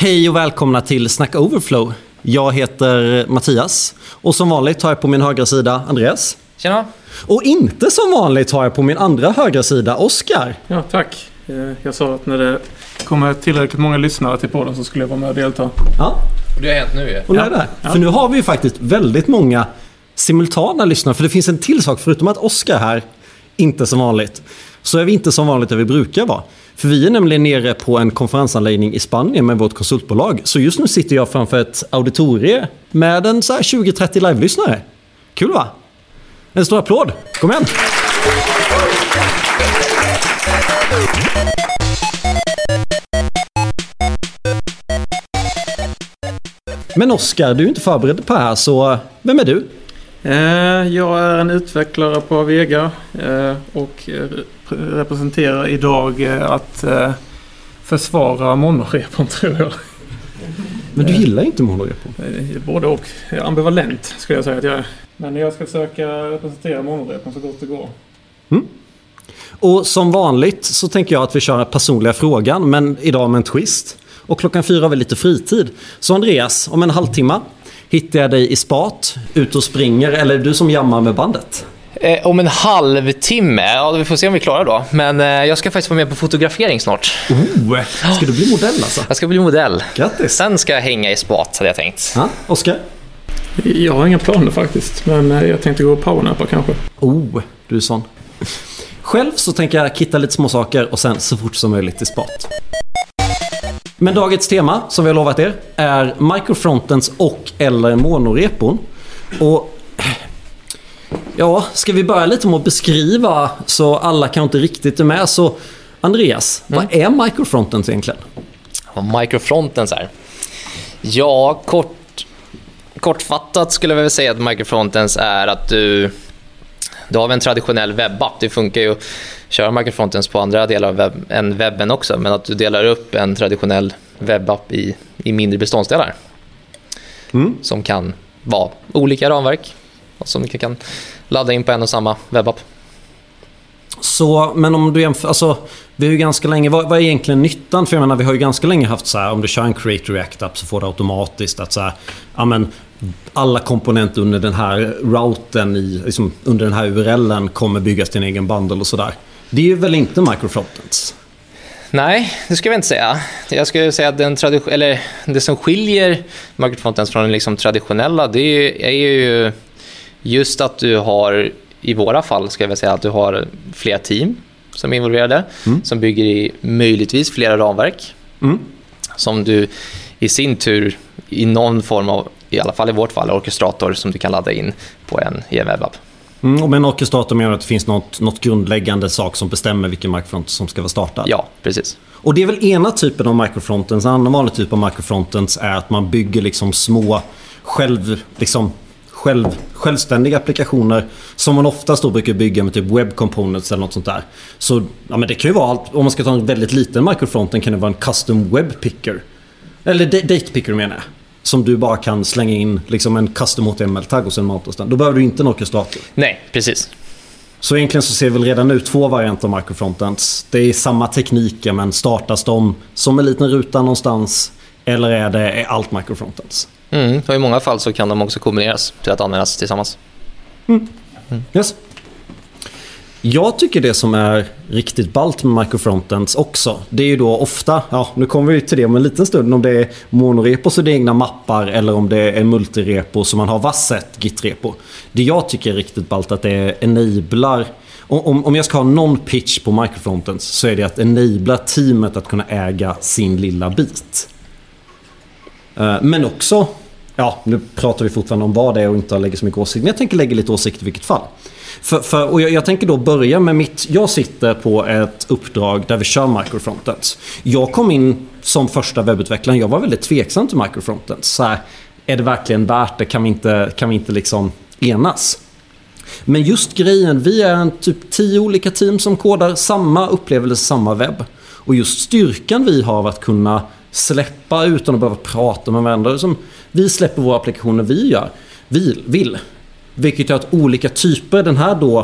Hej och välkomna till Snack Overflow. Jag heter Mattias och som vanligt har jag på min högra sida Andreas. Tjena. Och inte som vanligt har jag på min andra högra sida Oskar. Ja, tack. Jag sa att när det kommer tillräckligt många lyssnare till podden så skulle jag vara med och delta. Ja. Och det har hänt nu ju. Och det är det. Ja. För nu har vi ju faktiskt väldigt många simultana lyssnare. För det finns en till sak, förutom att Oskar här inte som vanligt, så är vi inte som vanligt där vi brukar vara. För vi är nämligen nere på en konferensanläggning i Spanien med vårt konsultbolag. Så just nu sitter jag framför ett auditorie med en så här 20-30 live-lyssnare. Kul va? En stor applåd. Kom igen! Men Oskar, du är inte förberedd på det här, så vem är du? Jag är en utvecklare på Avega och representerar idag att försvara monorepon, tror jag. Men du gillar inte monorepon? Både och. Ambivalent skulle jag säga att jag är. Men jag ska försöka representera monorepon så gott det går. Mm. Och som vanligt så tänker jag att vi kör personliga frågan, men idag med en twist. Och 4:00 har vi lite fritid. Så Andreas, om en halvtimme hittar jag dig i spat, ut och springer, eller är det du som jammar med bandet? Om en halvtimme, ja vi får se om vi klarar då. Men jag ska faktiskt vara med på fotografering snart. Ska du bli modell alltså? Jag ska bli modell. Grattis! Sen ska jag hänga i spat, hade jag tänkt. Ja, Oskar? Jag har inga planer faktiskt, men jag tänkte gå och powernappa kanske. Du är sån. Själv så tänker jag kitta lite små saker och sen så fort som möjligt i spat. Men dagens tema, som vi har lovat er, är microfrontends och eller monorepon. Och ja, ska vi börja lite med att beskriva så alla kan inte riktigt är med. Så Andreas, vad är microfrontends egentligen? Vad microfrontends är? Ja, kortfattat skulle jag väl säga att microfrontends är att du har en traditionell webbapp. Det funkar ju att köra microfrontends på andra delar av än webben också, men att du delar upp en traditionell webbapp i mindre beståndsdelar som kan vara olika ramverk och som du kan ladda in på en och samma webbapp. Så, men om du jämför, alltså vi har ju ganska länge, vad är egentligen nyttan? För jag menar, vi har ju ganska länge haft så här, om du kör en Create React app så får du automatiskt att så här, ja men alla komponenter under den här routen liksom, under den här URLen kommer byggas till en egen bundle och sådär. Det är ju väl inte microfrontends? Nej, det ska jag inte säga. Jag skulle säga att det som skiljer microfrontends från den liksom traditionella, det är ju just att du har, i våra fall ska jag väl säga att du har flera team som är involverade, som bygger i möjligtvis flera ramverk som du i sin tur i någon form av, i alla fall i vårt fall, orkestrator som du kan ladda in på en webbapp. Och med en orkestrator menar att det finns något grundläggande sak som bestämmer vilken microfront som ska vara startad. Ja, precis. Och det är väl ena typen av microfrontends. En annan vanlig typ av microfrontends är att man bygger liksom små självständiga applikationer som man oftast då brukar bygga med typ web components eller något sånt där. Så ja, men det kan ju vara allt. Om man ska ta en väldigt liten microfrontend kan det vara en custom web picker. Eller date picker menar jag. Som du bara kan slänga in liksom en custom HTML-tagg och sen mountas den. Då behöver du inte en orkestrator. Nej, precis. Så egentligen så ser vi väl redan nu 2 varianter av microfrontends. Det är samma tekniker, men startas de som en liten ruta någonstans eller är allt microfrontends? Och i många fall så kan de också kombineras till att användas tillsammans. Yes. Jag tycker det som är riktigt ballt med microfrontends också, det är ju då ofta, ja nu kommer vi till det om en liten stund, om det är monorepo så det är egna mappar eller om det är multirepo så man har vasset git-repo. Det jag tycker är riktigt ballt att det enablar, om jag ska ha någon pitch på microfrontends så är det att enabla teamet att kunna äga sin lilla bit. Men också, ja nu pratar vi fortfarande om vad det är och inte lägger så mycket åsikt, men jag tänker lägga lite åsikt i vilket fall. Och jag tänker då börja med jag sitter på ett uppdrag där vi kör microfrontends. Jag kom in som första webbutvecklare, jag var väldigt tveksam till microfrontends. Så här, är det verkligen värt det? Kan vi inte liksom enas? Men just grejen, vi är en typ 10 olika team som kodar samma upplevelse, samma webb. Och just styrkan vi har av att kunna släppa utan att behöva prata med varandra. Som vi släpper våra applikationer vi vill. Vilket gör att olika typer, den här då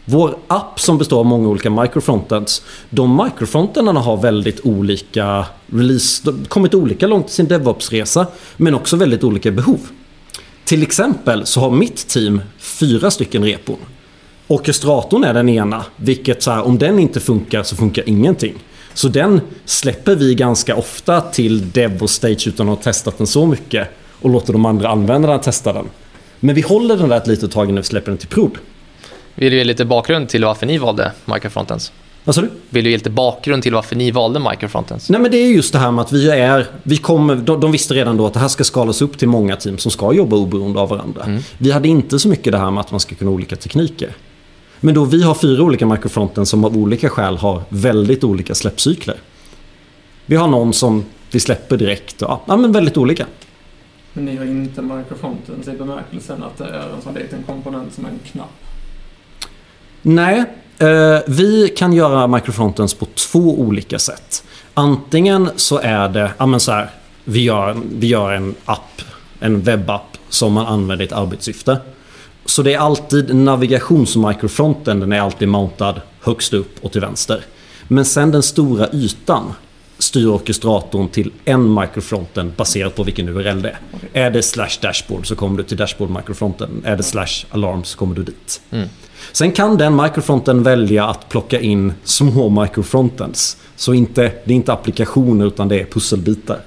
Vår app som består av många olika microfrontends, de microfrontendarna har väldigt olika release, de har kommit olika långt i sin DevOps-resa, men också väldigt olika behov. Till exempel så har mitt team 4 stycken repon. Orkestratorn är den ena, vilket så här, om den inte funkar så funkar ingenting. Så den släpper vi ganska ofta till dev och stage utan att ha testat den så mycket och låter de andra användarna testa den. Men vi håller den där ett litet tag när vi släpper den till prod. Vill du ge lite bakgrund till varför ni valde microfrontends? Vad sa du? Vill du ge lite bakgrund till varför ni valde microfrontends? Nej, men det är just det här med att de visste redan då att det här ska skalas upp till många team som ska jobba oberoende av varandra. Vi hade inte så mycket det här med att man ska kunna olika tekniker. Men då vi har 4 olika microfrontends som av olika skäl har väldigt olika släppcykler. Vi har någon som vi släpper direkt och men väldigt olika. Men ni har inte microfrontends i bemärkelsen att det är en sån liten komponent som en knapp? Nej, vi kan göra microfrontends på 2 olika sätt. Antingen så är det, vi gör en app, en webbapp som man använder i ett arbetssyfte. Så det är alltid navigationsmicrofronten, den är alltid mountad högst upp och till vänster. Men sen den stora ytan styr orkestratorn till en microfronten baserat på vilken URL det är. Är det /dashboard så kommer du till dashboard-microfronten. Är det /alarm så kommer du dit. Sen kan den microfronten välja att plocka in små microfrontends. Så det är inte applikationer utan det är pusselbitar.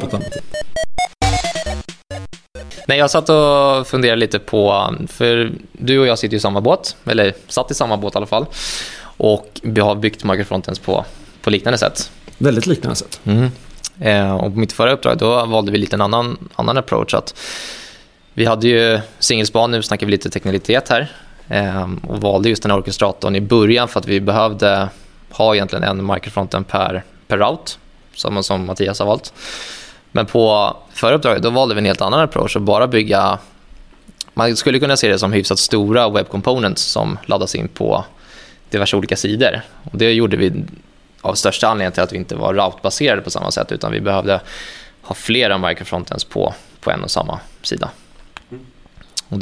Nej, jag satt och funderade lite på, för du och jag sitter i samma båt, eller satt i samma båt i alla fall, och vi har byggt microfrontends på liknande sätt. Väldigt liknande sätt. Och på mitt förra uppdrag då valde vi lite en annan approach. Att vi hade ju singelspan, nu snackar vi lite teknikalitet här, och valde just den här orkestratorn i början för att vi behövde ha egentligen en microfronten per route, som Mattias har valt. Men på förra uppdraget då valde vi en helt annan approach och bara bygga, man skulle kunna se det som hyfsat stora web components som laddas in på diverse olika sidor. Och det gjorde vi av största anledningen till att vi inte var route-baserade på samma sätt, utan vi behövde ha flera microfrontends på en och samma sida. Och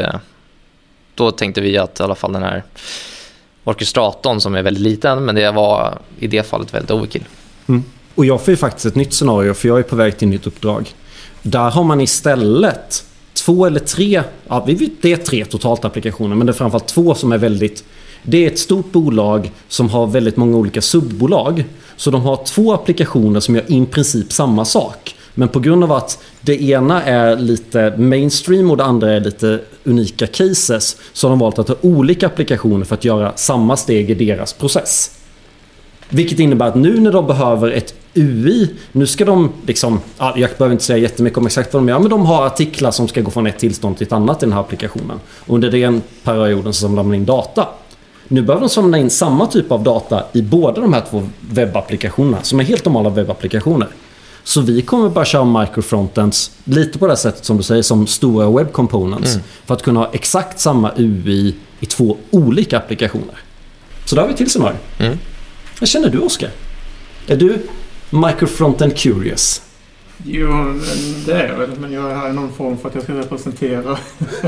då tänkte vi att i alla fall den här orkestratorn som är väldigt liten, men det var i det fallet väldigt overkill. Och jag får ju faktiskt ett nytt scenario, för jag är på väg till ett nytt uppdrag. Där har man istället 2 eller 3, det är 3 totalt applikationer, men det är framförallt 2 som är väldigt, det är ett stort bolag som har väldigt många olika subbolag. Så de har 2 applikationer som gör i princip samma sak. Men på grund av att det ena är lite mainstream och det andra är lite unika cases, så har de valt att ha olika applikationer för att göra samma steg i deras process. Vilket innebär att nu när de behöver ett UI, nu ska de liksom, jag behöver inte säga jättemycket om exakt vad de gör, men de har artiklar som ska gå från ett tillstånd till ett annat i den här applikationen. Under den perioden så samlar man in data. Nu behöver de samla in samma typ av data i båda de här 2 webbapplikationerna som är helt normala webbapplikationer. Så vi kommer bara köra microfrontends lite på det sättet som du säger, som stora web components, för att kunna ha exakt samma UI i 2 olika applikationer. Så där har vi till scenario. Vad känner du, Oskar? Är du microfrontend curious? Jo, det är jag väl, men jag är här i någon form för att jag ska representera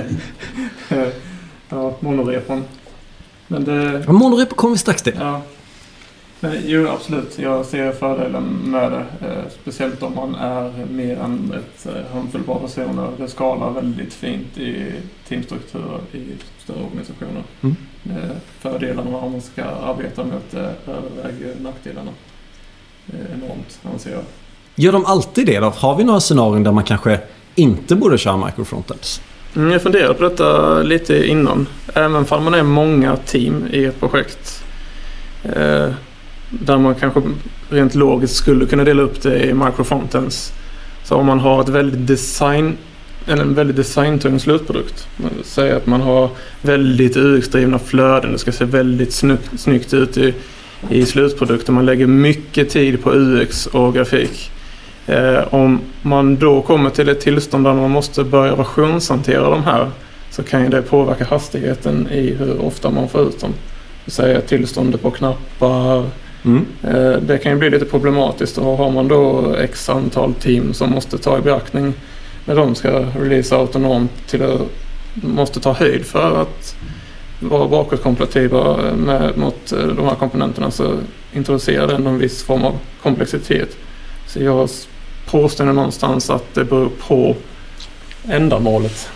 monorepon. Men monorepo kommer vi strax till. Ja. Men jo, absolut. Jag ser fördelen med det. Speciellt om man är mer än ett handfull bra personer. Det skalar väldigt fint i teamstrukturer i större organisationer. Fördelarna om man ska arbeta mot överväger nackdelarna. Enormt, anser jag. Gör de alltid det då? Har vi några scenarier där man kanske inte borde köra microfrontends? Jag funderar på detta lite innan. Även om man är många team i ett projekt där man kanske rent logiskt skulle kunna dela upp det i microfrontends. Så om man har en väldigt designtung slutprodukt. Säg att man har väldigt UX-drivna flöden. Det ska se väldigt snyggt ut i slutprodukten. Man lägger mycket tid på UX och grafik. Om man då kommer till ett tillstånd där man måste börja versionshantera de här, så kan ju det påverka hastigheten i hur ofta man får ut dem. Säga tillståndet på knappar. Det kan ju bli lite problematiskt, och har man då x antal team som måste ta i beaktning när de ska releasa autonomt, till att måste ta höjd för att vara bakåtkompatibla mot de här komponenterna, så introducerar den en viss form av komplexitet. Så jag påstår någonstans att det beror på ändamålet.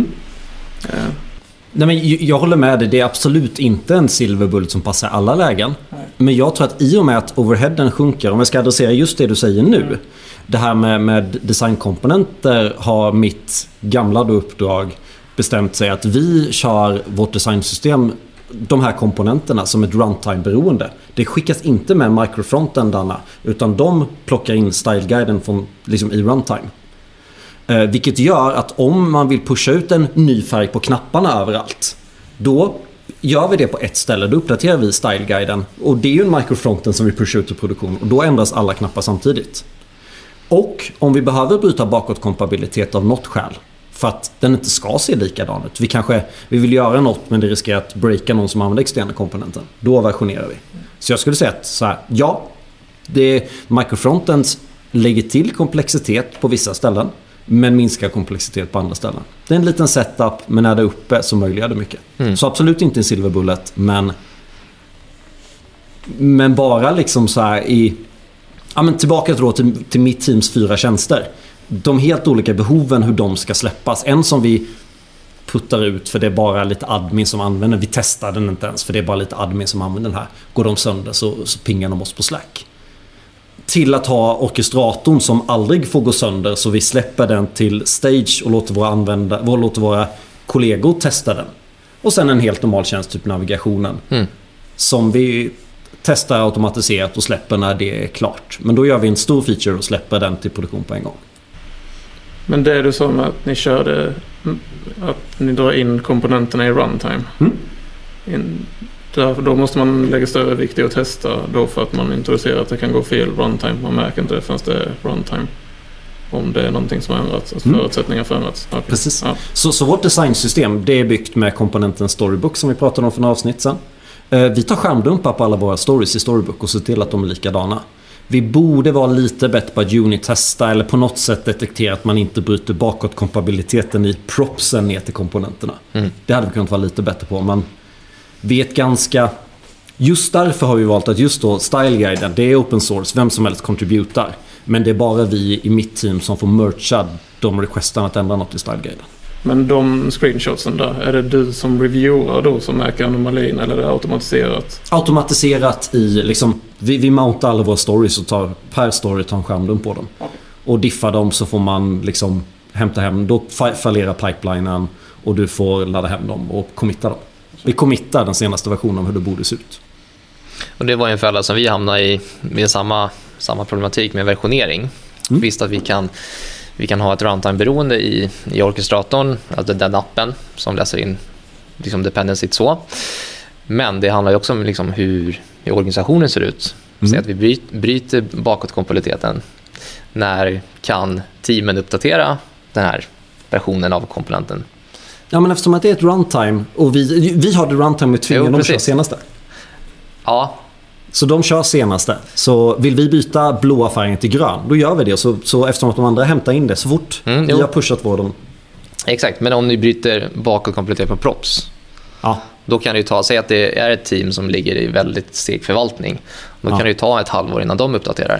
Nej, men jag håller med dig, det är absolut inte en silverbullet som passar alla lägen. Nej. Men jag tror att i och med att overheaden sjunker, om jag ska adressera just det du säger nu, det här med designkomponenter, har mitt gamla uppdrag bestämt sig att vi kör vårt designsystem, de här komponenterna, som ett runtime-beroende. Det skickas inte med microfrontendarna, utan de plockar in styleguiden från, liksom, i runtime. Vilket gör att om man vill pusha ut en ny färg på knapparna överallt, då gör vi det på ett ställe, då uppdaterar vi styleguiden, och det är ju en microfronten som vi pushar ut i produktion, och då ändras alla knappar samtidigt. Och om vi behöver bryta bakåtkompatibilitet av något skäl, för att den inte ska se likadan ut, vi vill göra något men det riskerar att breaka någon som använder externa komponenten, då versionerar vi. Så jag skulle säga att så här, ja, microfrontens lägger till komplexitet på vissa ställen, men minskar komplexitet på andra ställen. Det är en liten setup, men när det är uppe så möjliggör det mycket. Så absolut inte en silver bullet, men bara liksom så här men tillbaka då till mitt teams 4 tjänster. De helt olika behoven, hur de ska släppas. En som vi puttar ut för det är bara lite admin som använder. Vi testar den inte ens för det är bara lite admin som använder den här. Går de sönder så pingar de oss på Slack. Till att ha orkestratorn som aldrig får gå sönder, så vi släpper den till stage och låter våra kollegor testa den. Och sen en helt normal tjänst, typ navigationen, som vi testar automatiserat och släpper när det är klart. Men då gör vi en stor feature och släpper den till produktion på en gång. Men det är det som att ni körde, att ni drar in komponenterna i runtime. Då måste man lägga större vikt i att testa då, för att man introducerar att det kan gå fel runtime. Man märker inte det förrän det är runtime. Om det är någonting som har ändrats, alltså förutsättningar förändrats. Okay. Precis. Ja. Så vårt designsystem, det är byggt med komponenten Storybook som vi pratade om för några avsnitt sedan. Vi tar skärmdumpar på alla våra stories i Storybook och ser till att de är likadana. Vi borde vara lite bättre på att unit-testa eller på något sätt detektera att man inte bryter bakåt kompatibiliteten i propsen ner till komponenterna. Det hade vi kunnat vara lite bättre på, men vi är ett ganska... Just därför har vi valt att just då styleguiden, det är open source, vem som helst contributar. Men det är bara vi i mitt team som får mercha de requestarna att ändra något i styleguiden. Men de screenshotsen där, är det du som reviewer då som märker anomalin, eller är det automatiserat? Automatiserat i liksom, vi mountar alla våra stories och tar per story tar en skärmdump på dem. Och diffar dem, så får man liksom hämta hem, då fallerar pipelinen och du får ladda hem dem och committa dem. Vi committar den senaste versionen av hur det borde se ut. Och det var en fälla som vi hamnade i med samma problematik med versionering. Visst att vi kan ha ett runtime-beroende i orkestratorn, alltså den appen som läser in liksom dependency så. Men det handlar ju också om liksom hur organisationen ser ut. Så att vi bryter bakåtkompatibiliteten. När kan teamen uppdatera den här versionen av komponenten? Ja, men eftersom att det är ett runtime och vi har det runtime med tvingar de kör senaste. Ja. Så de kör senaste. Så vill vi byta blåa färgen till grön, då gör vi det. Så eftersom att de andra hämtar in det så fort vi har pushat på dem. Exakt, men om ni bryter bakåtkompatibilitet på props, då kan det ju ta sig att det är ett team som ligger i väldigt seg förvaltning. Då kan det ju ta ett halvår innan de uppdaterar.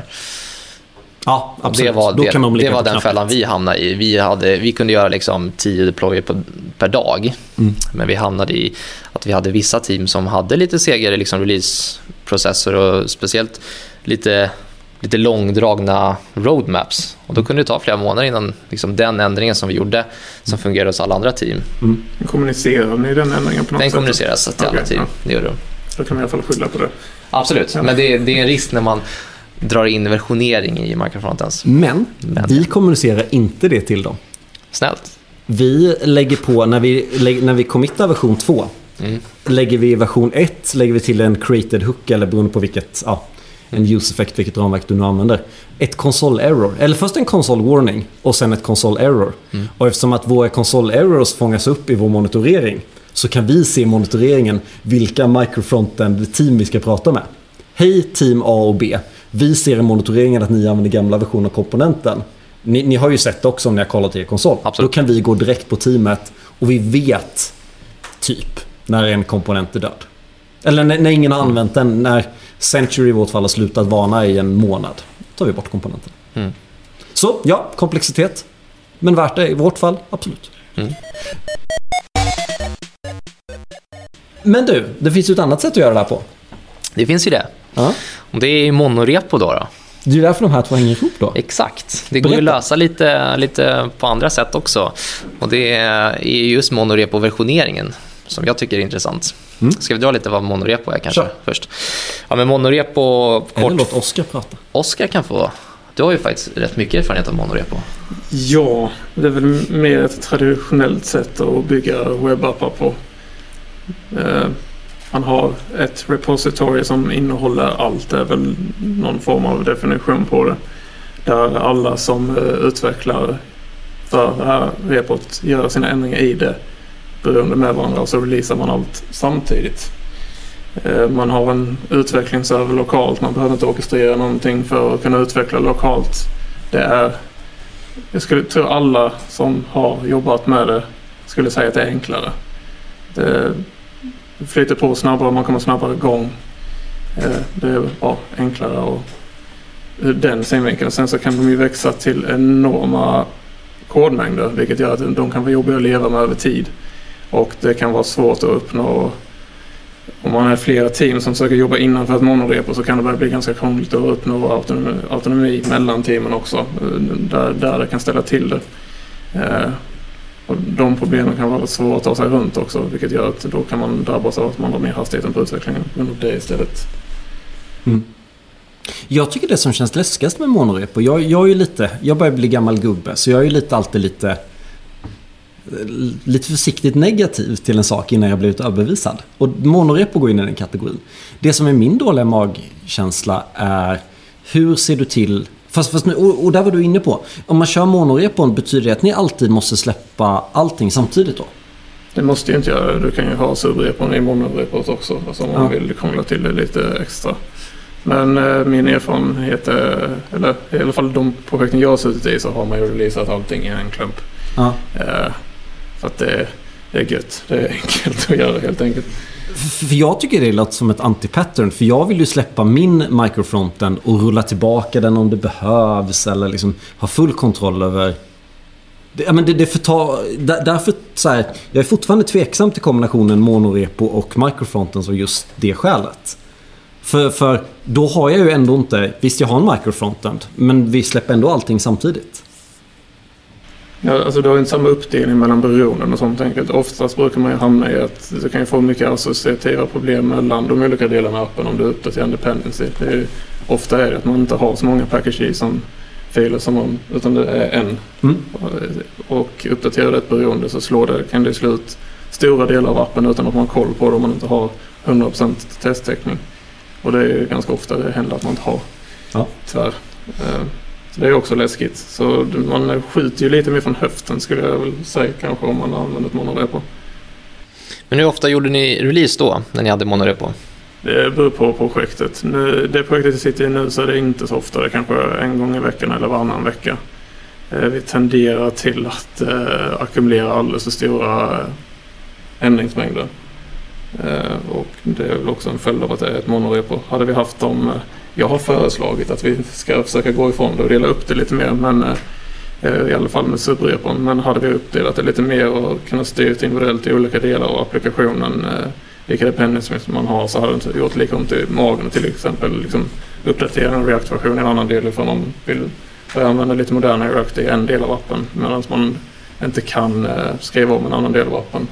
Ja, absolut. Det var den fällan vi hamnade i. Vi kunde göra liksom 10 deployer per dag. Men vi hamnade i att vi hade vissa team som hade lite segare liksom releaseprocesser och speciellt lite långdragna roadmaps. Och då kunde det ta flera månader innan liksom den ändringen som vi gjorde som fungerar hos alla andra team. Kommunicerar ni den ändringen på något sätt? Den kommuniceras till alla team. Det gör de. Då kan man i alla fall skylla på det. Absolut, men det är en risk när man drar in versionering i microfrontends. Men vi kommunicerar inte det till dem. Snällt. Vi lägger på, när vi committar version 2, lägger vi version 1, lägger vi till en created hook eller beroende på vilket, en use effect, vilket ramverk du nu använder. Ett console error, eller först en console warning och sen ett console error. Och eftersom att våra console errors fångas upp i vår monitorering, så kan vi se i monitoreringen vilka microfrontend team vi ska prata med. Hej team A och B. Vi ser i monitoreringen att ni använder gamla versioner av komponenten. Ni har ju sett det också om ni har kollat i er konsol. Absolut. Då kan vi gå direkt på teamet och vi vet typ när en komponent är död. Eller när ingen har använt den, när Century i vårt fall har slutat varna i en månad. Då tar vi bort komponenten. Så ja, komplexitet. Men värt det i vårt fall, absolut. Men du, det finns ju ett annat sätt att göra det här på. Det finns ju det. Ja. Och det är monorepo då. Det är därför de här två hänger ihop då. Exakt. Det går ju att lösa lite på andra sätt också. Och det är just monorepo-versioneringen som jag tycker är intressant. Ska vi dra lite vad monorepo är kanske först? Ja, men monorepo... Eller låt Oskar prata. Oskar kan få... Du har ju faktiskt rätt mycket erfarenhet av monorepo. Ja, det är väl mer ett traditionellt sätt att bygga webbappar på. Man har ett repository som innehåller allt. Det är väl någon form av definition på det. Där alla som utvecklar för det här repot gör sina ändringar i det beroende med varandra, och så releasar man allt samtidigt. Man har en utvecklingsserver lokalt. Man behöver inte orkestrera någonting för att kunna utveckla lokalt. Jag skulle tro alla som har jobbat med det skulle säga att det är enklare. Det flyter på snabbare, man kommer snabbare igång. Det är bara enklare och den synvinkeln. Sen så kan de ju växa till enorma kodmängder, vilket gör att de kan vara jobbiga att leva med över tid. Och det kan vara svårt att uppnå. Om man är flera team som försöker jobba innanför ett monorepo så kan det börja bli ganska krångligt att uppnå autonomi mellan teamen också. Där det kan ställa till det. Och de problemen kan vara svåra att ta sig runt också, vilket gör att då kan man drabbas av att man har mer hastigheten på utvecklingen än det istället. Jag tycker det som känns läskigast med monorepo, jag börjar bli gammal gubbe, så jag är ju alltid lite försiktigt negativ till en sak innan jag blivit överbevisad. Och monorepo går in i den kategorin. Det som är min dåliga magkänsla är hur ser du till... Och där var du inne på. Om man kör monorepon, betyder det att ni alltid måste släppa allting samtidigt då? Det måste ju inte göra. Du kan ju ha subrepon i monorepot också. Alltså om man vill krångla till det lite extra. Men min erfarenhet är, eller i alla fall de projekten jag har suttit i, så har man ju releasat allting i en klump. För att det är gött. Det är enkelt att göra helt enkelt. För jag tycker det låter som ett anti-pattern. För jag vill ju släppa min microfronten och rulla tillbaka den om det behövs. Eller liksom ha full kontroll över... Därför så här, jag är fortfarande tveksam till kombinationen monorepo och microfronten som just det skälet. För då har jag ju ändå inte... Visst, jag har en microfrontend, men vi släpper ändå allting samtidigt. Ja, alltså du har inte samma uppdelning mellan beroenden och sånt enkelt. Oftast brukar man ju hamna i att du kan ju få mycket associativa problem mellan de olika delarna av appen om du uppdaterar en dependency. Ofta är det att man inte har så många packages som filer utan det är en. Och uppdaterar det ett beroende så kan det slå ut stora delar av appen utan att man har koll på det om man inte har 100% testtäckning. Och det är ju ganska ofta det händer att man inte har. Tyvärr. Så det är också läskigt. Så man skjuter ju lite mer från höften skulle jag väl säga kanske om man använder ett monorepo. Men hur ofta gjorde ni release då när ni hade monorepo? Det beror på projektet. Det projektet jag sitter i nu så är det inte så ofta. Det är kanske en gång i veckan eller varannan vecka. Vi tenderar till att ackumulera alldeles för stora ändringsmängder. Och det är väl också en följd av att det är ett monorepo. Hade vi haft dem... Jag har föreslagit att vi ska försöka gå ifrån det och dela upp det lite mer, men i alla fall med subrepon. Men hade vi uppdelat det lite mer och kunnat styra individuellt i olika delar av applikationen, vilka dependencies man har, så hade det inte gjort lika ont i magen. Till exempel liksom uppdatera en React-version i en annan del ifall man vill använda lite modernare React i en del av appen, medan man inte kan skriva om en annan del av appen.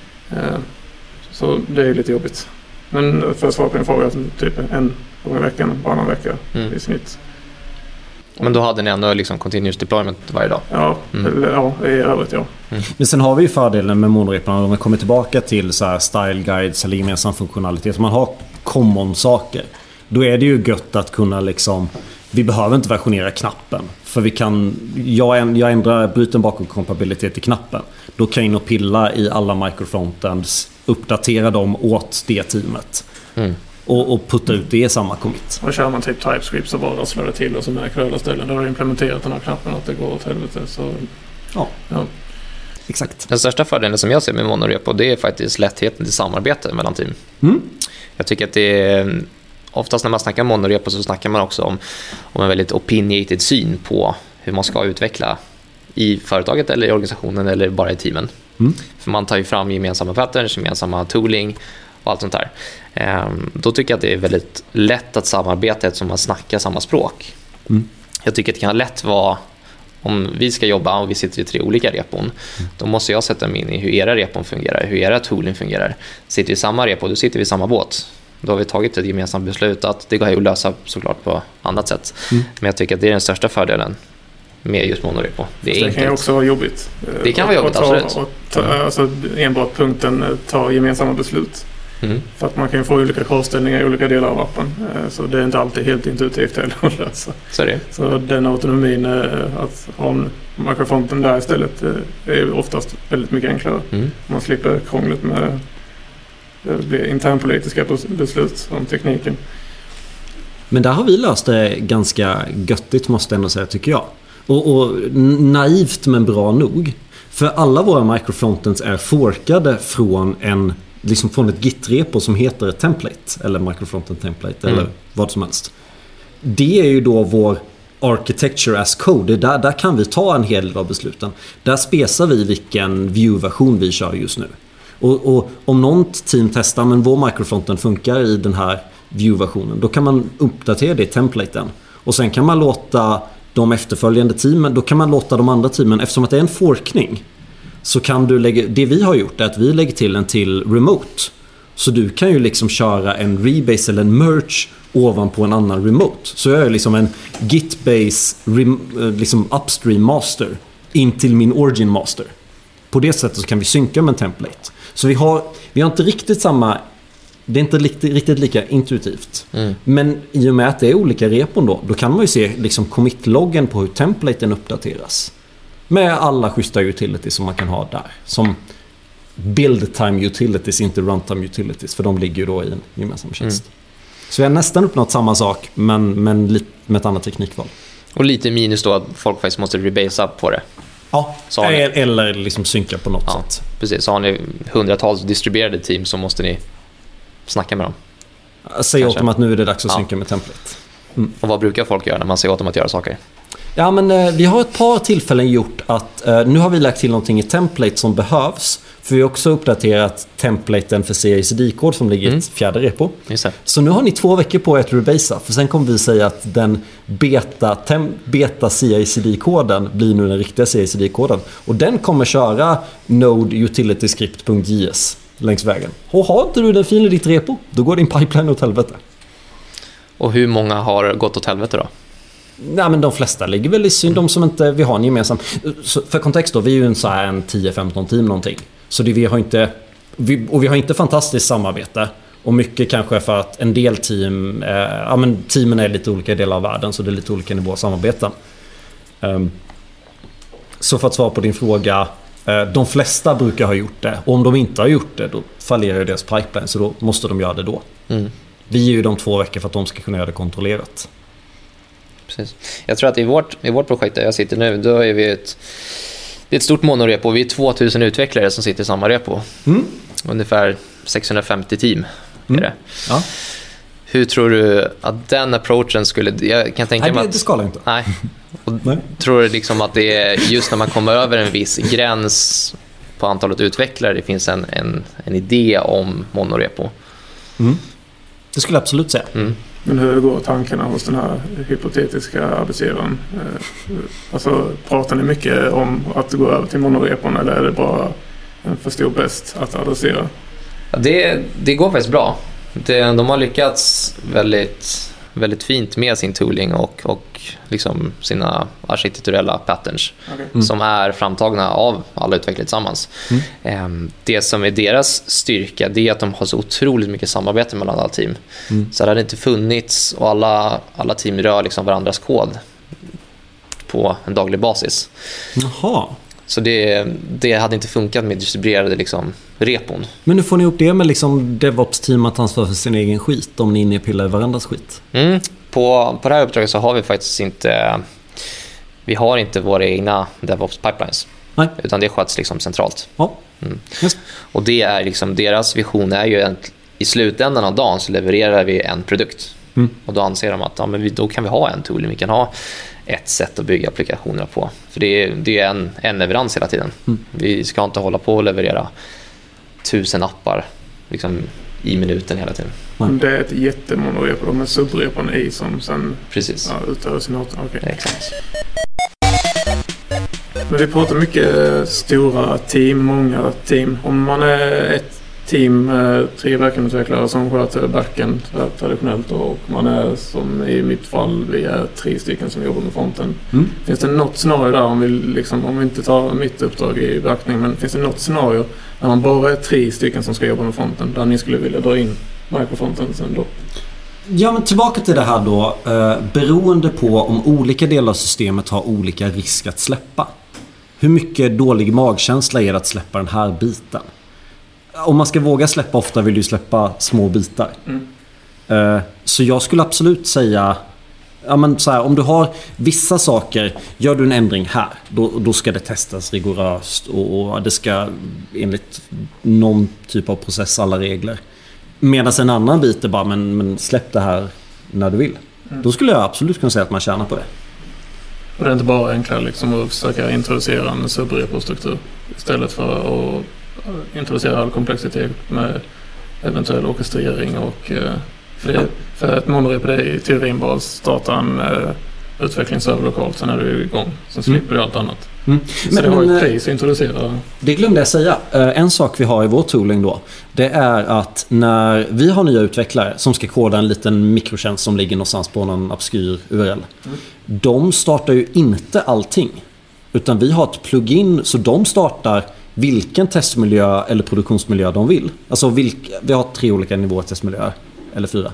Så det är lite jobbigt. Men för att svara på en fråga, typ en gång i veckan, varannan vecka i snitt. Men då hade ni ändå liksom continuous deployment varje dag? Ja, i övrigt ja. Men sen har vi ju fördelen med monoreporna om man kommer tillbaka till så här style guides eller gemensam funktionalitet. Om man har common-saker, då är det ju gött att kunna liksom... Vi behöver inte versionera knappen. För vi kan... Jag ändrar bryten bakom kompatibilitet i knappen. Då kan jag in och pilla i alla microfrontends, uppdatera dem åt det teamet. Och putta ut det i samma commit. Och kör man typ TypeScript så bara slår det till och så märker alla ställen där har implementerat den här knappen att det går åt helvete. Så, ja. Exakt. Den största fördelen som jag ser med monorepo, det är faktiskt lättheten till samarbete mellan team. Jag tycker att det är, oftast när man snackar monorepo så snackar man också om en väldigt opinionated syn på hur man ska utveckla i företaget eller i organisationen eller bara i teamen. För man tar ju fram gemensamma patterns, gemensamma tooling och allt sånt där. Då tycker jag att det är väldigt lätt att samarbeta eftersom man snackar samma språk. Jag tycker att det kan lätt vara, om vi ska jobba och vi sitter i 3 olika repon, då måste jag sätta mig in i hur era repon fungerar, hur era tooling fungerar. Sitter vi i samma repo, då sitter vi i samma båt. Då har vi tagit ett gemensamt beslut att det går att lösa såklart på annat sätt. Men jag tycker att det är den största fördelen med just monorepo. Det kan ju också vara jobbigt. Det kan vara jobbigt, absolut. Alltså enbart punkten ta gemensamma beslut. För att man kan ju få olika kravställningar i olika delar av appen. Så det är inte alltid helt intuitivt heller att lösa. Så den autonomin, att ha Microfronten där istället, är oftast väldigt mycket enklare. Man slipper krånglet med internpolitiska beslut om tekniken. Men där har vi löst det ganska göttigt, måste jag ändå säga, tycker jag. Och naivt men bra nog. För alla våra microfrontends är forkade från från ett git-repo som heter template eller microfrontend template eller vad som helst. Det är ju då vår architecture as code. Där kan vi ta en hel del av besluten. Där spesar vi vilken view-version vi kör just nu. Och om något team testar men vår microfrontend funkar i den här view-versionen, då kan man uppdatera det i templaten. Och sen kan man låta de efterföljande teamen, då kan man låta de andra teamen, eftersom att det är en forkning, så kan du det vi har gjort är att vi lägger till en till remote. Så du kan ju liksom köra en rebase eller en merge ovanpå en annan remote. Så jag är liksom en gitbase liksom upstream master in till min origin master. På det sättet så kan vi synka med en template. Så vi har inte riktigt samma, det är inte riktigt lika intuitivt. Men i och med att det är olika repon då kan man ju se liksom commit-loggen på hur templaten uppdateras. Med alla schyssta utilities som man kan ha där. Som build time utilities, inte runtime utilities. För de ligger ju då i en gemensam tjänst. Så vi har nästan uppnått samma sak, men med ett annat teknikval. Och lite minus då att folk faktiskt måste rebasea på det. Ja, eller liksom synka på något sätt. Precis, så har ni hundratals distribuerade team så måste ni snacka med dem. Säg åt dem att nu är det dags att synka med template. Och vad brukar folk göra när man säger åt dem att göra saker? Ja, men vi har ett par tillfällen gjort att nu har vi lagt till någonting i template som behövs. För vi har också uppdaterat templaten för CI/CD-kod som ligger i ett fjärde repo. Så nu har ni 2 veckor på att rebasea. För sen kommer vi säga att den beta CI/CD-koden blir nu den riktiga CI/CD-koden. Och den kommer köra node utilityscript.js längs vägen. Och har inte du den filen i ditt repo, då går din pipeline åt helvete. Och hur många har gått åt helvete då? Nej, men de flesta ligger väl i syn, de som inte vi har en gemensam. Så för kontext då, vi är ju en 10-15 team någonting. Så det, vi har inte fantastiskt samarbete. Och mycket kanske för att en del team, teamen är lite olika i delar av världen, så det är lite olika nivåer av samarbeten. Så för att svara på din fråga, de flesta brukar ha gjort det. Och om de inte har gjort det, då fallerar deras pipeline, så då måste de göra det då. Vi är ju de 2 veckor för att de ska kunna göra det kontrollerat. Precis. Jag tror att i vårt projekt där jag sitter nu, då är vi det är ett stort monorepo. Vi är 2000 utvecklare som sitter i samma repo. Ungefär 650 team är det. Ja. Hur tror du att den approachen skulle... Jag kan tänka mig att... det skalar inte. Nej. Tror du liksom att det är just när man kommer över en viss gräns på antalet utvecklare, det finns en idé om monorepo? Det skulle jag absolut säga. Men hur går tankarna hos den här hypotetiska arbetsgivaren? Alltså, pratar ni mycket om att gå över till monorepon, eller är det bara en för stor bäst att adressera? Ja, det går faktiskt bra. De har lyckats väldigt, väldigt fint med sin tooling och liksom sina arkitekturella patterns som är framtagna av alla utvecklare tillsammans. Det som är deras styrka, det är att de har så otroligt mycket samarbete mellan alla team. Så det hade inte funnits, och alla team rör liksom varandras kod på en daglig basis. Jaha. Så det hade inte funkat med distribuerade liksom repon. Men nu får ni upp det med liksom DevOps-team att ansvara för sin egen skit om ni är inne och pillar i varandras skit. På det här uppdraget så har vi faktiskt inte våra egna DevOps pipelines. Nej. Utan det sköts liksom centralt. Ja. Just. Och det är liksom, deras vision är ju att i slutändan av dagen så levererar vi en produkt. Och då anser de att då kan vi ha en tooling, vi kan ha ett sätt att bygga applikationer på. För det är en leverans hela tiden. Vi ska inte hålla på och leverera 1000 appar liksom, i minuten hela tiden. Det är ett jättemonorepo, de är subrepon i som sen utöver sin åter. Okay. Exakt. Men vi pratar mycket stora team, många team. Om man är ett team, 3 backend-utvecklare som sköter backend traditionellt och man är som i mitt fall, vi är 3 stycken som jobbar med fronten. Finns det något scenario där om vi inte tar mitt uppdrag i beaktning, men finns det något scenario när man bara är 3 stycken som ska jobba med fronten där ni skulle vilja dra in microfronten sen då? Ja, men tillbaka till det här då. Beroende på om olika delar av systemet har olika risk att släppa. Hur mycket dålig magkänsla är det att släppa den här biten? Om man ska våga släppa, ofta vill du släppa små bitar. Så jag skulle absolut säga, så här, om du har vissa saker, gör du en ändring här, då ska det testas rigoröst och det ska enligt någon typ av process, alla regler. Medan en annan bit är bara, men släpp det här när du vill. Då skulle jag absolut kunna säga att man tjänar på det. Och det är inte bara enklare liksom att försöka introducera en subrepo-struktur istället för att introducera all komplexitet med eventuell orkestrering och för ett monorepo det är i teorin bara starta en utvecklingsserver lokalt, sen är du igång, sen slipper du allt annat. Så det har ett pris att introducera. Det glömde jag säga. En sak vi har i vår tooling då, det är att när vi har nya utvecklare som ska koda en liten mikrotjänst som ligger någonstans på någon obskyr URL. De startar ju inte allting, utan vi har ett plugin så de startar vilken testmiljö eller produktionsmiljö de vill. Alltså vi har 3 olika nivåer testmiljöer, eller 4.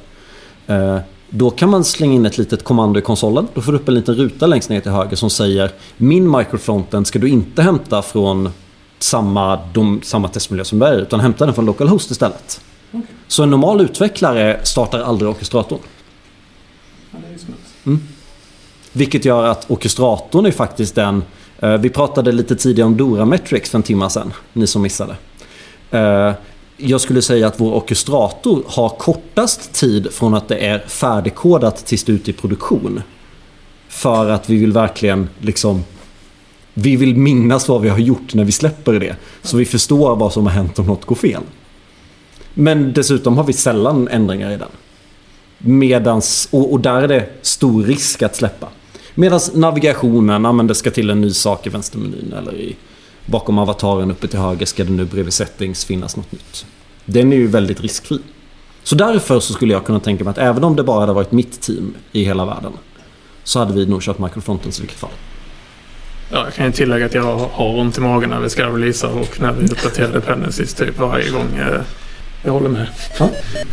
Då kan man slänga in ett litet kommando i konsolen. Då får du upp en liten ruta längst ner till höger som säger min microfronten ska du inte hämta från samma testmiljö som du är, utan hämta den från localhost istället. Okay. Så en normal utvecklare startar aldrig orkestratorn. Ja, det är smuts. Vilket gör att orkestratorn är faktiskt den. Vi pratade lite tidigare om Dora Metrics för en timme sedan, ni som missade. Jag skulle säga att vår orkestrator har kortast tid från att det är färdigkodat tills det är ute i produktion. För att vi vill verkligen vi vill minnas vad vi har gjort när vi släpper det. Så vi förstår vad som har hänt om något går fel. Men dessutom har vi sällan ändringar i den. Och där är det stor risk att släppa. Medan navigationen, det ska till en ny sak i vänstermenyn eller bakom avataren uppe till höger ska det nu bredvid settings finnas något nytt. Den är ju väldigt riskfri. Så därför så skulle jag kunna tänka mig att även om det bara hade varit mitt team i hela världen så hade vi nog kört microfrontens i vilket fall. Ja, jag kan ju tillägga att jag har ont i magen när vi ska releasa och när vi uppdaterar dependencies typ varje gång. Jag håller med. Ja.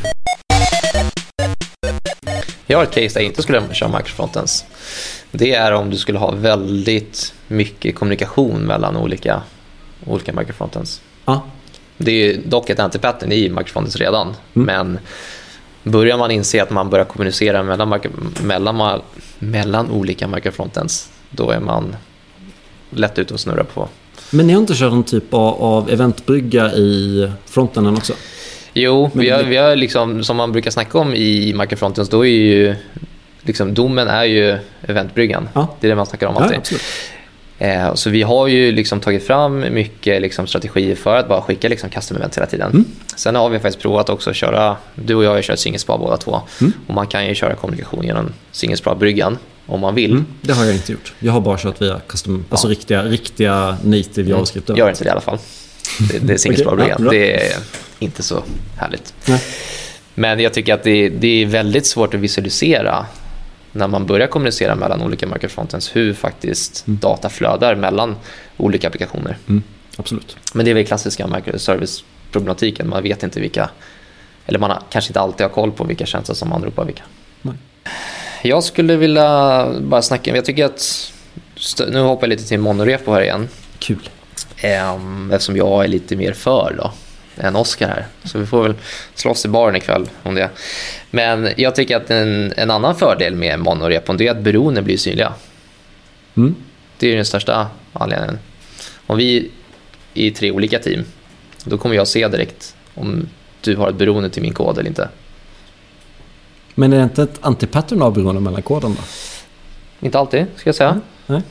Jag har ett case där jag inte skulle köra microfrontens. Det är om du skulle ha väldigt mycket kommunikation mellan olika microfrontens. Ja. Det är ju dock ett anti-pattern i microfrontens redan. Men börjar man inse att man börjar kommunicera mellan olika microfrontens, då är man lätt ut att snurra på. Men ni har inte kört någon typ av eventbrygga i frontenden också? Jo, vi har liksom, som man brukar snacka om i microfrontens, då är ju domen är ju eventbryggan. Ja. Det är det man snackar om alltid. Ja, så vi har ju tagit fram mycket strategier för att bara skicka custom event hela tiden. Sen har vi faktiskt provat också att köra, du och jag har ju kört single-spar båda två. Och man kan ju köra kommunikation genom single-spar-bryggan om man vill. Det har jag inte gjort. Jag har bara kört via custom, alltså riktiga native JavaScript. Gör inte det i alla fall. Det är single-spar-bryggan. Okay. Det är inte så härligt. Nej. Men jag tycker att det är väldigt svårt att visualisera när man börjar kommunicera mellan olika microfrontends hur faktiskt data flödar mellan olika applikationer. Absolut. Men det är väl klassiska microservice-problematiken. Man vet inte vilka, eller man kanske inte alltid har koll på vilka tjänster som anropar vilka. Nej. Jag skulle vilja bara snacka, jag tycker att nu hoppar jag lite till monorepo här igen. Kul. Eftersom jag är lite mer för då än Oscar här. Så vi får väl slåss i baren ikväll om det. Men jag tycker att en annan fördel med monorepon, det är att beroenden blir synliga. Det är den största anledningen. Om vi är i 3 olika team, då kommer jag se direkt om du har ett beroende till min kod eller inte. Men är det inte ett antipattern av beroende mellan koden då? Inte alltid, ska jag säga. Nej.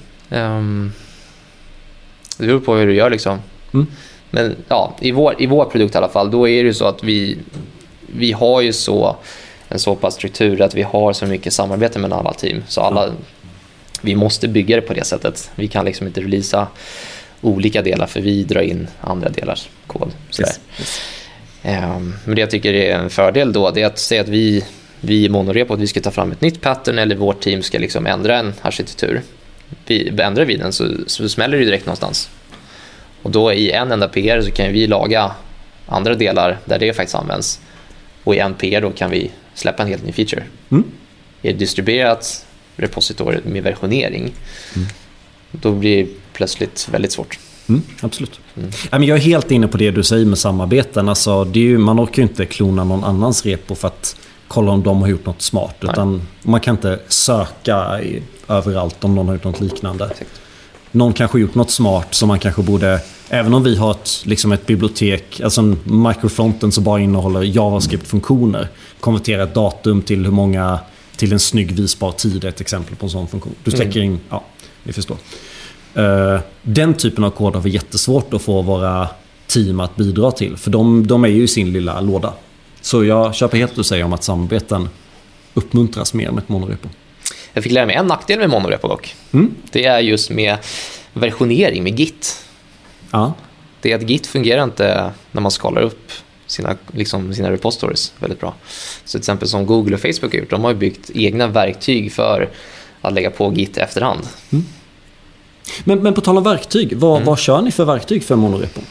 Det beror på hur du gör liksom. Men ja, i vår produkt i alla fall, då är det ju så att vi har ju en så pass struktur att vi har så mycket samarbete mellan alla team. Så vi måste bygga det på det sättet. Vi kan liksom inte releasa olika delar för vi drar in andra delars kod. Yes. Men det jag tycker är en fördel då, det är att säga att vi i monorepo att vi ska ta fram ett nytt pattern eller vårt team ska liksom ändra en arkitektur. Ändrar vi den så smäller det direkt någonstans. Och då i en enda PR så kan vi laga andra delar där det faktiskt används. Och i en PR då kan vi släppa en helt ny feature. I ett distribuerat repositorium med versionering då blir det plötsligt väldigt svårt. Absolut. Jag är helt inne på det du säger med samarbeten. Alltså, det är ju, man orkar ju inte klona någon annans repo för att kolla om de har gjort något smart. Utan man kan inte söka överallt om någon har gjort något liknande. Exakt. Någon kanske har gjort något smart som man kanske borde, även om vi har ett bibliotek, alltså en microfronten som bara innehåller JavaScript-funktioner, konvertera ett datum till hur många, till en snygg visbar tid, ett exempel på en sån funktion. Du släcker in, ja, vi förstår. Den typen av kod har vi jättesvårt att få våra team att bidra till, för de är ju i sin lilla låda. Så jag köper helt att säga om att samarbeten uppmuntras mer med ett monorepo. Jag fick lära mig en nackdel med monorepo dock. Det är just med versionering med Git. Ja. Det är att Git fungerar inte när man skalar upp sina repositories väldigt bra. Så till exempel som Google och Facebook har gjort, de har ju byggt egna verktyg för att lägga på Git efterhand. Men på tal om verktyg, vad kör ni för verktyg för monorepo?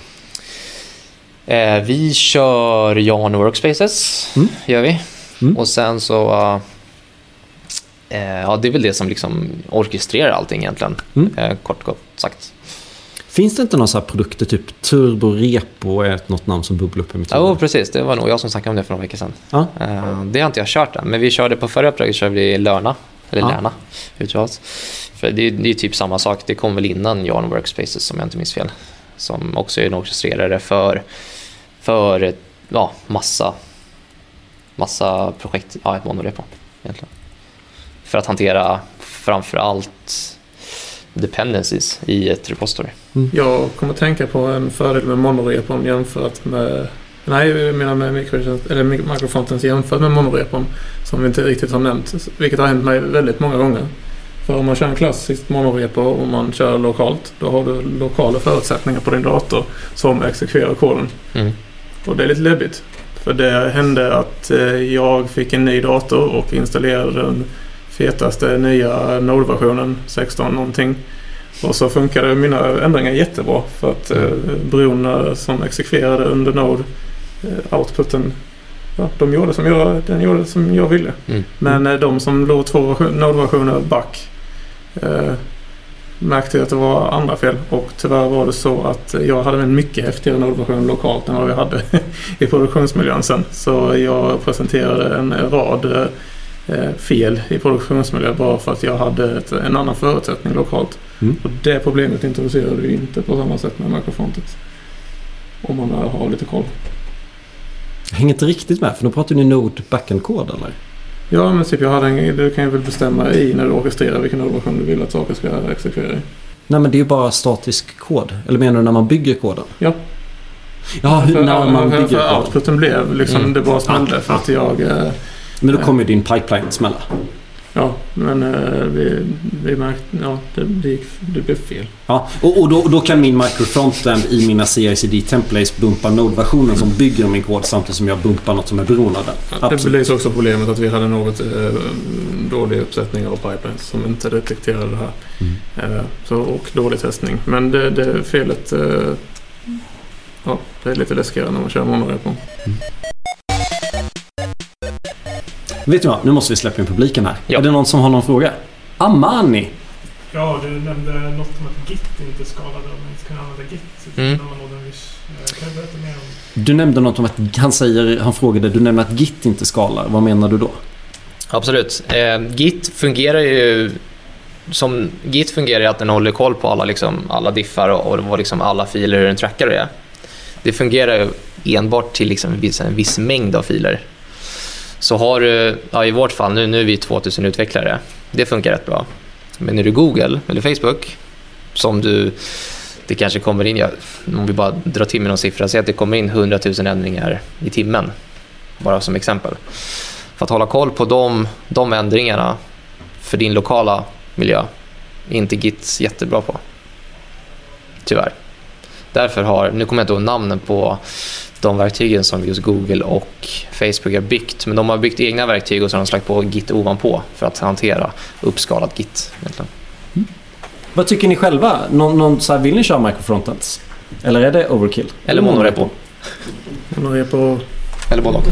Vi kör Yarn Workspaces, gör vi. Och sen så det är väl det som liksom orkestrerar allting egentligen, kort sagt. Finns det inte några så här produkter, typ Turbo Repo är något namn som bubblar upp i mitt huvud? Ja, precis. Det var nog jag som snackade om det för några veckor sedan. Ja. Det har inte jag kört än, men vi körde på förra uppdraget körde vi Lärna. För det är typ samma sak. Det kom väl innan Yarn Workspaces, som jag inte minns fel. Som också är en orkestrerare för massa projekt, ett monorepo egentligen. För att hantera framförallt dependencies i ett repository. Jag kommer tänka på en fördel med monorepon jämfört med microfrontens jämfört med monorepon, som vi inte riktigt har nämnt, vilket har hänt mig väldigt många gånger. För om man kör en klassisk monorepo och man kör lokalt, då har du lokala förutsättningar på din dator som exekverar koden. Och det är lite läbbigt. För det hände att jag fick en ny dator och installerade den fetaste nya Node-versionen, 16 någonting. Och så funkade mina ändringar jättebra, för att beroende som exekverade under Node, outputen, de gjorde som jag ville. Men de som låg 2 Node-versioner back märkte att det var andra fel, och tyvärr var det så att jag hade en mycket häftigare Node-version lokalt än vad vi hade i produktionsmiljön sen. Så jag presenterade en rad fel i produktionsmiljö bara för att jag hade en annan förutsättning lokalt. Och det problemet introducerade vi inte på samma sätt med microfrontet, om man har lite koll. Jag hänger inte riktigt med, för då pratar ni Node backend-kod eller? Ja, men typ du kan ju väl bestämma när du orkestrerar vilken Node-version du vill att saker ska exekvera i. Nej, men det är ju bara statisk kod. Eller menar du när man bygger koden? Ja. Ja, när man bygger koden. Outputen blev liksom, det bara smällde för att jag... Men då kommer din pipeline smälla. Ja, men vi märkte, det blev fel. Ja, och då kan min microfrontend i mina CI/CD-templates bumpa Node-versionen som bygger min kod, samtidigt som jag bumpar något som är beroende av den. Det belyser också problemet att vi hade något dålig uppsättning av pipelines som inte detekterade det här. Och dålig testning. Men det felet, det är lite läskigare när man kör monorepo. Vet du vad, nu måste vi släppa in publiken här. Ja. Är det någon som har någon fråga? Amani! Ja, du nämnde något om att Git inte skalade om man inte kunde använda Git när man nådde en viss. Kan du berätta mer om? Du nämnde något om att du nämnde att Git inte skalar. Vad menar du då? Absolut. Git fungerar ju som Git fungerar att den håller koll på alla diffar och liksom alla filer, hur den trackar det. Det fungerar ju enbart till liksom en viss mängd av filer. Så har du, i vårt fall, nu är vi 2000 utvecklare. Det funkar rätt bra. Men när du Google eller Facebook, det kanske kommer in, om vi bara drar till med någon siffra, så att det kommer in 100 000 ändringar i timmen. Bara som exempel. För att hålla koll på de ändringarna för din lokala miljö är inte Git jättebra på. Tyvärr. Därför nu kommer jag inte ihåg namnen på de verktygen som just Google och Facebook har byggt. Men de har byggt egna verktyg och så har de slagit på Git ovanpå för att hantera uppskalat Git. Vad tycker ni själva? Någon så här, vill ni köra microfrontends? Eller är det overkill? Eller monorepo? Monorepo. Eller båda.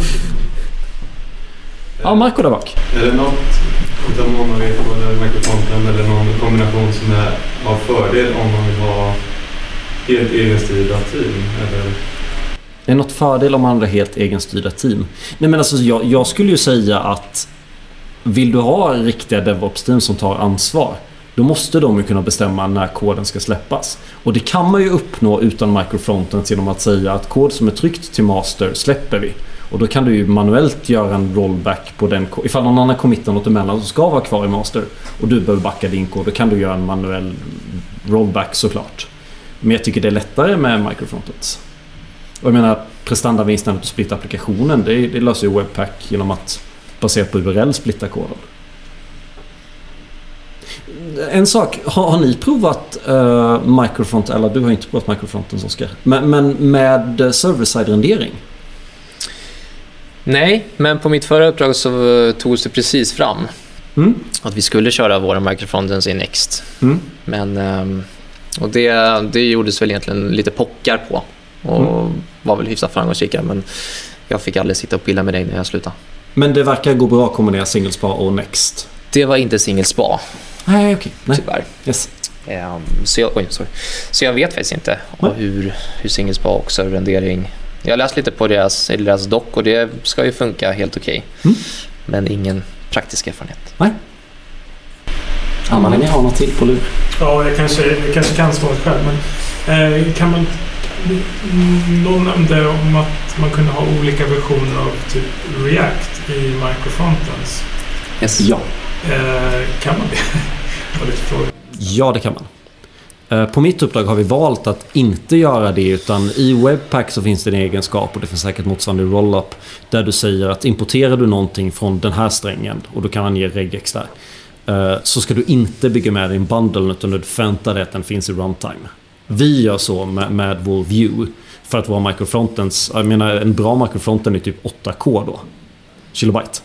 Ja, Marco där bak. Är det något utav monorepo eller microfrontend eller någon kombination som har fördel om man vill ha helt egenstyrda team? Eller? Det är något fördel om man har helt egenstyrda team. Nej, men alltså jag skulle ju säga att vill du ha riktiga DevOps-team som tar ansvar, då måste de ju kunna bestämma när koden ska släppas. Och det kan man ju uppnå utan microfrontends genom att säga att kod som är tryckt till master släpper vi. Och då kan du ju manuellt göra en rollback på den. Ifall någon annan committar något emellan som ska vara kvar i master och du behöver backa din kod, då kan du göra en manuell rollback såklart. Men jag tycker det är lättare med microfrontends. Och jag menar, prestandavinsten att splitta applikationen, det löser ju Webpack genom att baserat på URL splitta koden. En sak, har ni provat microfront, eller du har inte provat microfronten, Oskar, men med server-side-rendering? Nej, men på mitt förra uppdrag så togs det precis fram att vi skulle köra våra microfrontends i Next. Men och det gjordes väl egentligen lite pockar på och var väl hyfsat framgångsrika, men jag fick aldrig sitta och pilla med dig när jag slutade. Men det verkar gå bra att kombinera singlespa och Next. Det var inte singlespa. Nej, okej. Tyvärr. Yes. Så jag vet faktiskt inte hur singlespa och serverrendering. Jag har läst lite på deras dock och det ska ju funka helt okej. Men ingen praktisk erfarenhet. Nej. Anna, ni har något till på lur? Ja, jag kanske kan svaret själv, men kan man... Någon nämnde om att man kunde ha olika versioner av typ React i microfrontends. Yes. Ja. Kan man det? Ja, det kan man. På mitt uppdrag har vi valt att inte göra det, utan i Webpack så finns det en egenskap, och det finns säkert motsvarande rollup, där du säger att importerar du någonting från den här strängen, och då kan man ge regex där, så ska du inte bygga med din bundle, utan du förväntar dig att den finns i runtime. Vi gör så med vår view, för att våra microfrontends, jag menar en bra microfronten är typ 8K då, kilobyte.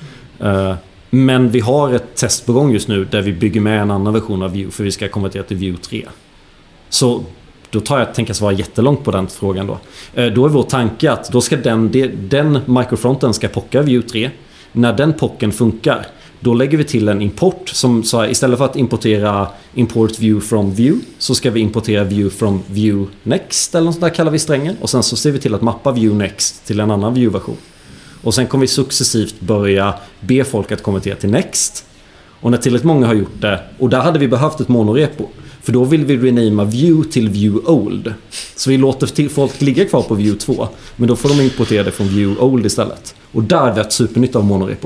Men vi har ett test på gång just nu där vi bygger med en annan version av Vue, för vi ska konvertera till Vue 3. Så då tänker svara jättelångt på den frågan då. Då är vår tanke att då ska den microfronten ska pocka Vue 3. När den pocken funkar, då lägger vi till en import som så här, istället för att importera import Vue from Vue, så ska vi importera Vue from Vue Next, eller något sånt där kallar vi strängen. Och sen så ser vi till att mappa Vue Next till en annan Vue-version. Och sen kommer vi successivt börja be folk att konvertera till Next. Och när tillräckligt många har gjort det, och där hade vi behövt ett monorepo, för då vill vi renama Vue till Vue Old. Så vi låter till folk ligga kvar på Vue 2, men då får de importera det från Vue Old istället. Och där är det ett supernytt av monorepo.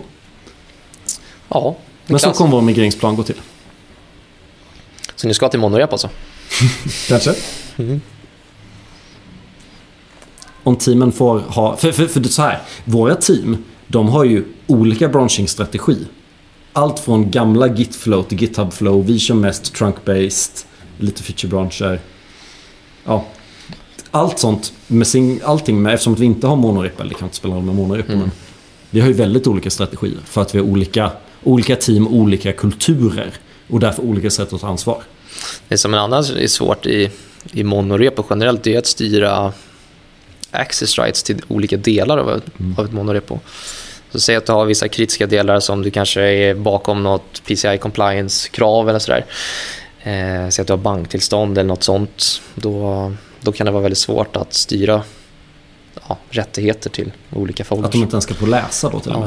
Ja, men så kommer vår migreringsplan gå till. Så ni ska till monorepo alltså? Kanske. Om teamen får ha... För det är så här, våra team, de har ju olika branching-strategi. Allt från gamla Git-flow till GitHub-flow. Vi kör mest trunk-based, lite feature-branscher. Ja, allt sånt. Allting med, eftersom att vi inte har monorepo, eller kan inte spela roll med monorepo, men vi har ju väldigt olika strategier. För att vi har olika team, olika kulturer. Och därför olika sätt att ta ansvar. Det som annars är svårt i monorepo generellt, det är att styra access rights till olika delar av ett monorepo. Så säg att du har vissa kritiska delar som du kanske är bakom något PCI compliance-krav eller sådär. Säg att du har banktillstånd eller något sånt. Då kan det vara väldigt svårt att styra rättigheter till olika folders. Att de inte ens ska få läsa då till och med.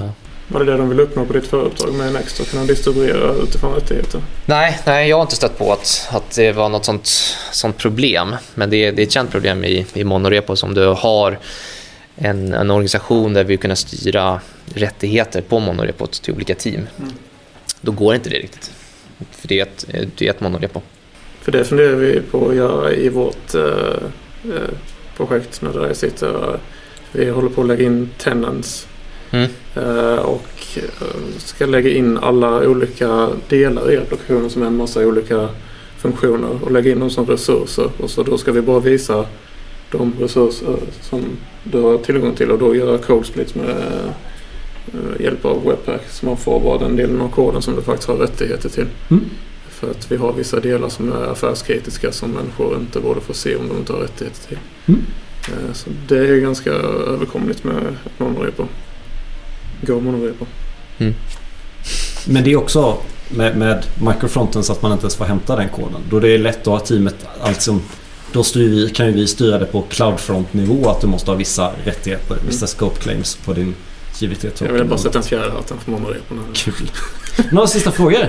Var det de vill uppnå på ditt företag med Nextdoor? Kan de distribuera utifrån rättigheter? Nej, jag har inte stött på att det var något sånt problem. Men det är ett känt problem i monorepo som du har en organisation där vi kan styra rättigheter på monorepot till olika team. Då går inte det riktigt. För det är ett monorepo. För det funderar vi på att göra i vårt projekt när det sitter. Vi håller på att lägga in tenants och ska lägga in alla olika delar i applikationen som är en massa olika funktioner och lägga in dem som resurser. Och så då ska vi bara visa de resurser som du har tillgång till och då göra code splits med hjälp av Webpack så man får bara den delen av koden som du faktiskt har rättigheter till. För att vi har vissa delar som är affärskritiska som människor inte borde få se om de inte har rättigheter till. Så det är ganska överkomligt med monorepo. Go monorepo. Men det är också med microfrontends att man inte ens får hämta den koden. Då det är lätt att ha teamet, alltså, då kan ju vi styra det på CloudFront-nivå att du måste ha vissa rättigheter, vissa scope claims på din JVT. Jag vill bara sätta en fjärde hatten för monorepo. Kul. Några sista frågor?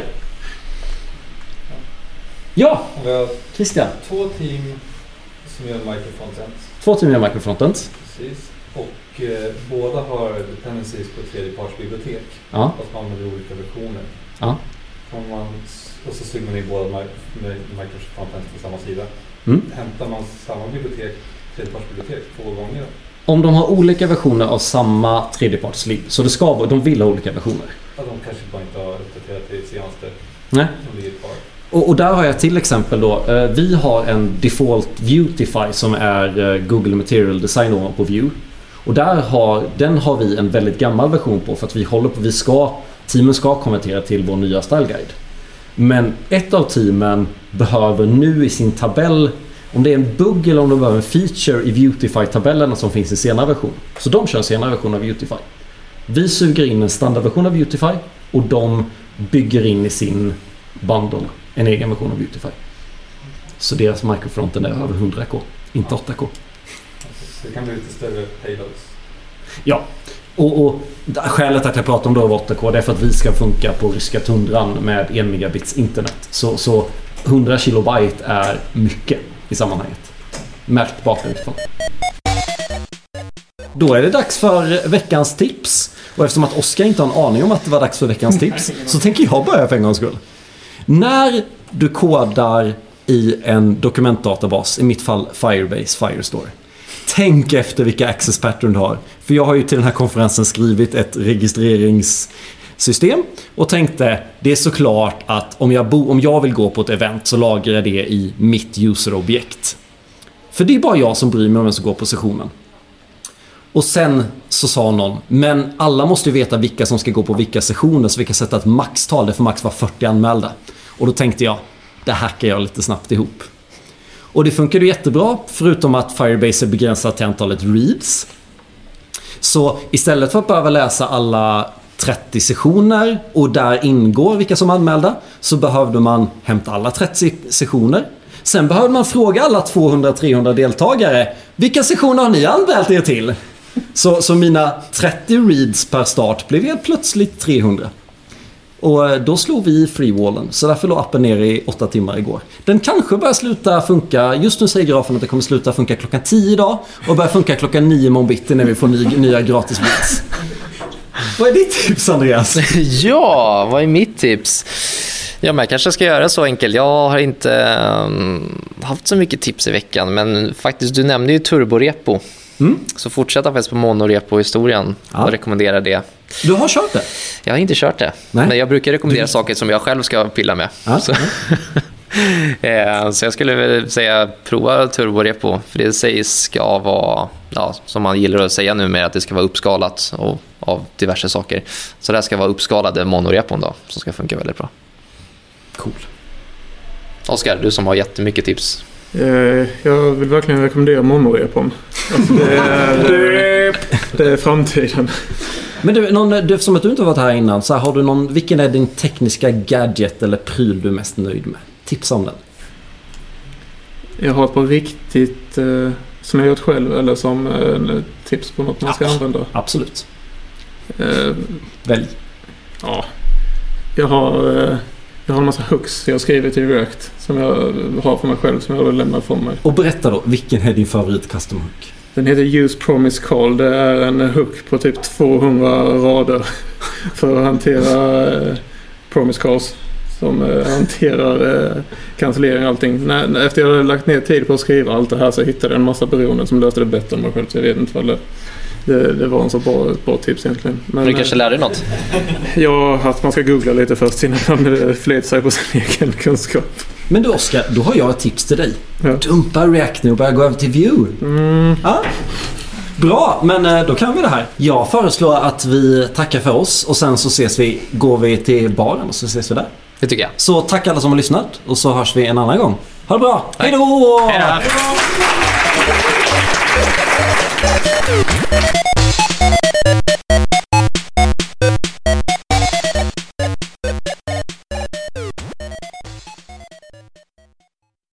Ja, Christian. 2 team som gör microfrontends. 2 team gör microfrontends. Precis. Och båda har dependencies på tredjepartsbibliotek. Ja. Fast man använder olika versioner. Ja. Och så synger man in båda microfrontends på samma sida. Hämtar man samma bibliotek, tredjepartsbibliotek 2 gånger? Om de har olika versioner av samma tredjepartslib, så de vill ha olika versioner. Ja, de kanske bara inte har uppdaterat till senaste. Nej. Som ligger kvar. Och där har jag till exempel då, vi har en default Viewtify som är Google Material Design ovanpå View. Och den har vi en väldigt gammal version på för att teamen ska konvertera till vår nya style guide. Men ett av teamen behöver nu i sin tabell, om det är en bugg eller om de behöver en feature i Viewtify-tabellerna som finns i senare version. Så de kör en senare version av Viewtify. Vi suger in en standardversion av Viewtify och de bygger in i sin bundle en egen version av Viewtify. Så deras microfronten är över 100K, inte 8K. Så det kan bli lite större payloads. Ja, och skälet att jag pratar om då 8K det är för att vi ska funka på ryska tundran med 1 megabits internet. Så 100 kilobyte är mycket i sammanhanget. Märkbart utifrån. Då är det dags för veckans tips. Och eftersom att Oskar inte har en aning om att det var dags för veckans tips så tänker jag börja för en gångs skull. När du kodar i en dokumentdatabas, i mitt fall Firebase Firestore, tänk efter vilka access pattern du har. För jag har ju till den här konferensen skrivit ett registreringssystem och tänkte, det är såklart att om jag vill gå på ett event så lagrar jag det i mitt user-objekt. För det är bara jag som bryr mig om vem som går på sessionen. Och sen så sa någon, men alla måste ju veta vilka som ska gå på vilka sessioner så vi kan sätta ett maxtal, det får max vara 40 anmälda. Och då tänkte jag, det hackar jag lite snabbt ihop. Och det funkade jättebra, förutom att Firebase är begränsat till antalet reads. Så istället för att behöva läsa alla 30 sessioner och där ingår vilka som är anmälda, så behövde man hämta alla 30 sessioner. Sen behövde man fråga alla 200-300 deltagare, vilka sessioner har ni anmält er till? Så mina 30 reads per start blev helt plötsligt 300. Och då slog vi i freewallen. Så därför låg appen ner i 8 timmar igår. Den kanske börjar sluta funka. Just nu säger grafen att det kommer sluta funka klockan 10 idag. Och börjar funka klockan 9 imorgon bitti när vi får nya gratis reads. Vad är ditt tips, Andreas? Ja, vad är mitt tips? Ja, men jag kanske ska göra så enkelt. Jag har inte haft så mycket tips i veckan. Men faktiskt, du nämnde ju turborepo. Så fortsätta faktiskt på monorepo-historien och rekommendera det. Du har kört det? Jag har inte kört det. Nej. Men jag brukar rekommendera saker som jag själv ska pilla med. Så jag skulle väl säga prova turborepo. För det sägs ska vara, som man gillar att säga nu med att det ska vara uppskalat av diverse saker. Så det ska vara uppskalade monorepon då, som ska funka väldigt bra. Cool. Oskar, du som har jättemycket tips. Jag vill verkligen rekommendera monorepon. Alltså det är framtiden. Men du, som att du inte har varit här innan, så har du vilken är din tekniska gadget eller pryl du är mest nöjd med? Tipsa om den. Jag har på riktigt som jag gjort själv eller som tips på något man ska använda. Absolut. Välj. Ja. Jag har en massa hooks jag har skrivit i React som jag har för mig själv som jag vill lämna från mig. Och berätta då, vilken är din favorit custom hook? Den heter Use Promise Call. Det är en hook på typ 200 rader för att hantera promise calls som hanterar cancellering och allting. Efter jag hade lagt ner tid på att skriva allt det här så hittade jag en massa beroenden som löste det bättre än mig själv. Så jag vet inte vad det var en så bra tips egentligen. Men du kanske lärde dig något? Ja, att man ska googla lite först innan man flyter sig på sin egen kunskap. Men du Oskar, då har jag ett tips till dig. Ja. Dumpa React nu och börja gå över till Vue. Ja. Bra, men då kan vi det här. Jag föreslår att vi tackar för oss och sen så går vi till baren och så ses vi där. Det tycker jag. Så tack alla som har lyssnat och så hörs vi en annan gång. Ha det bra, hej då! Hej då!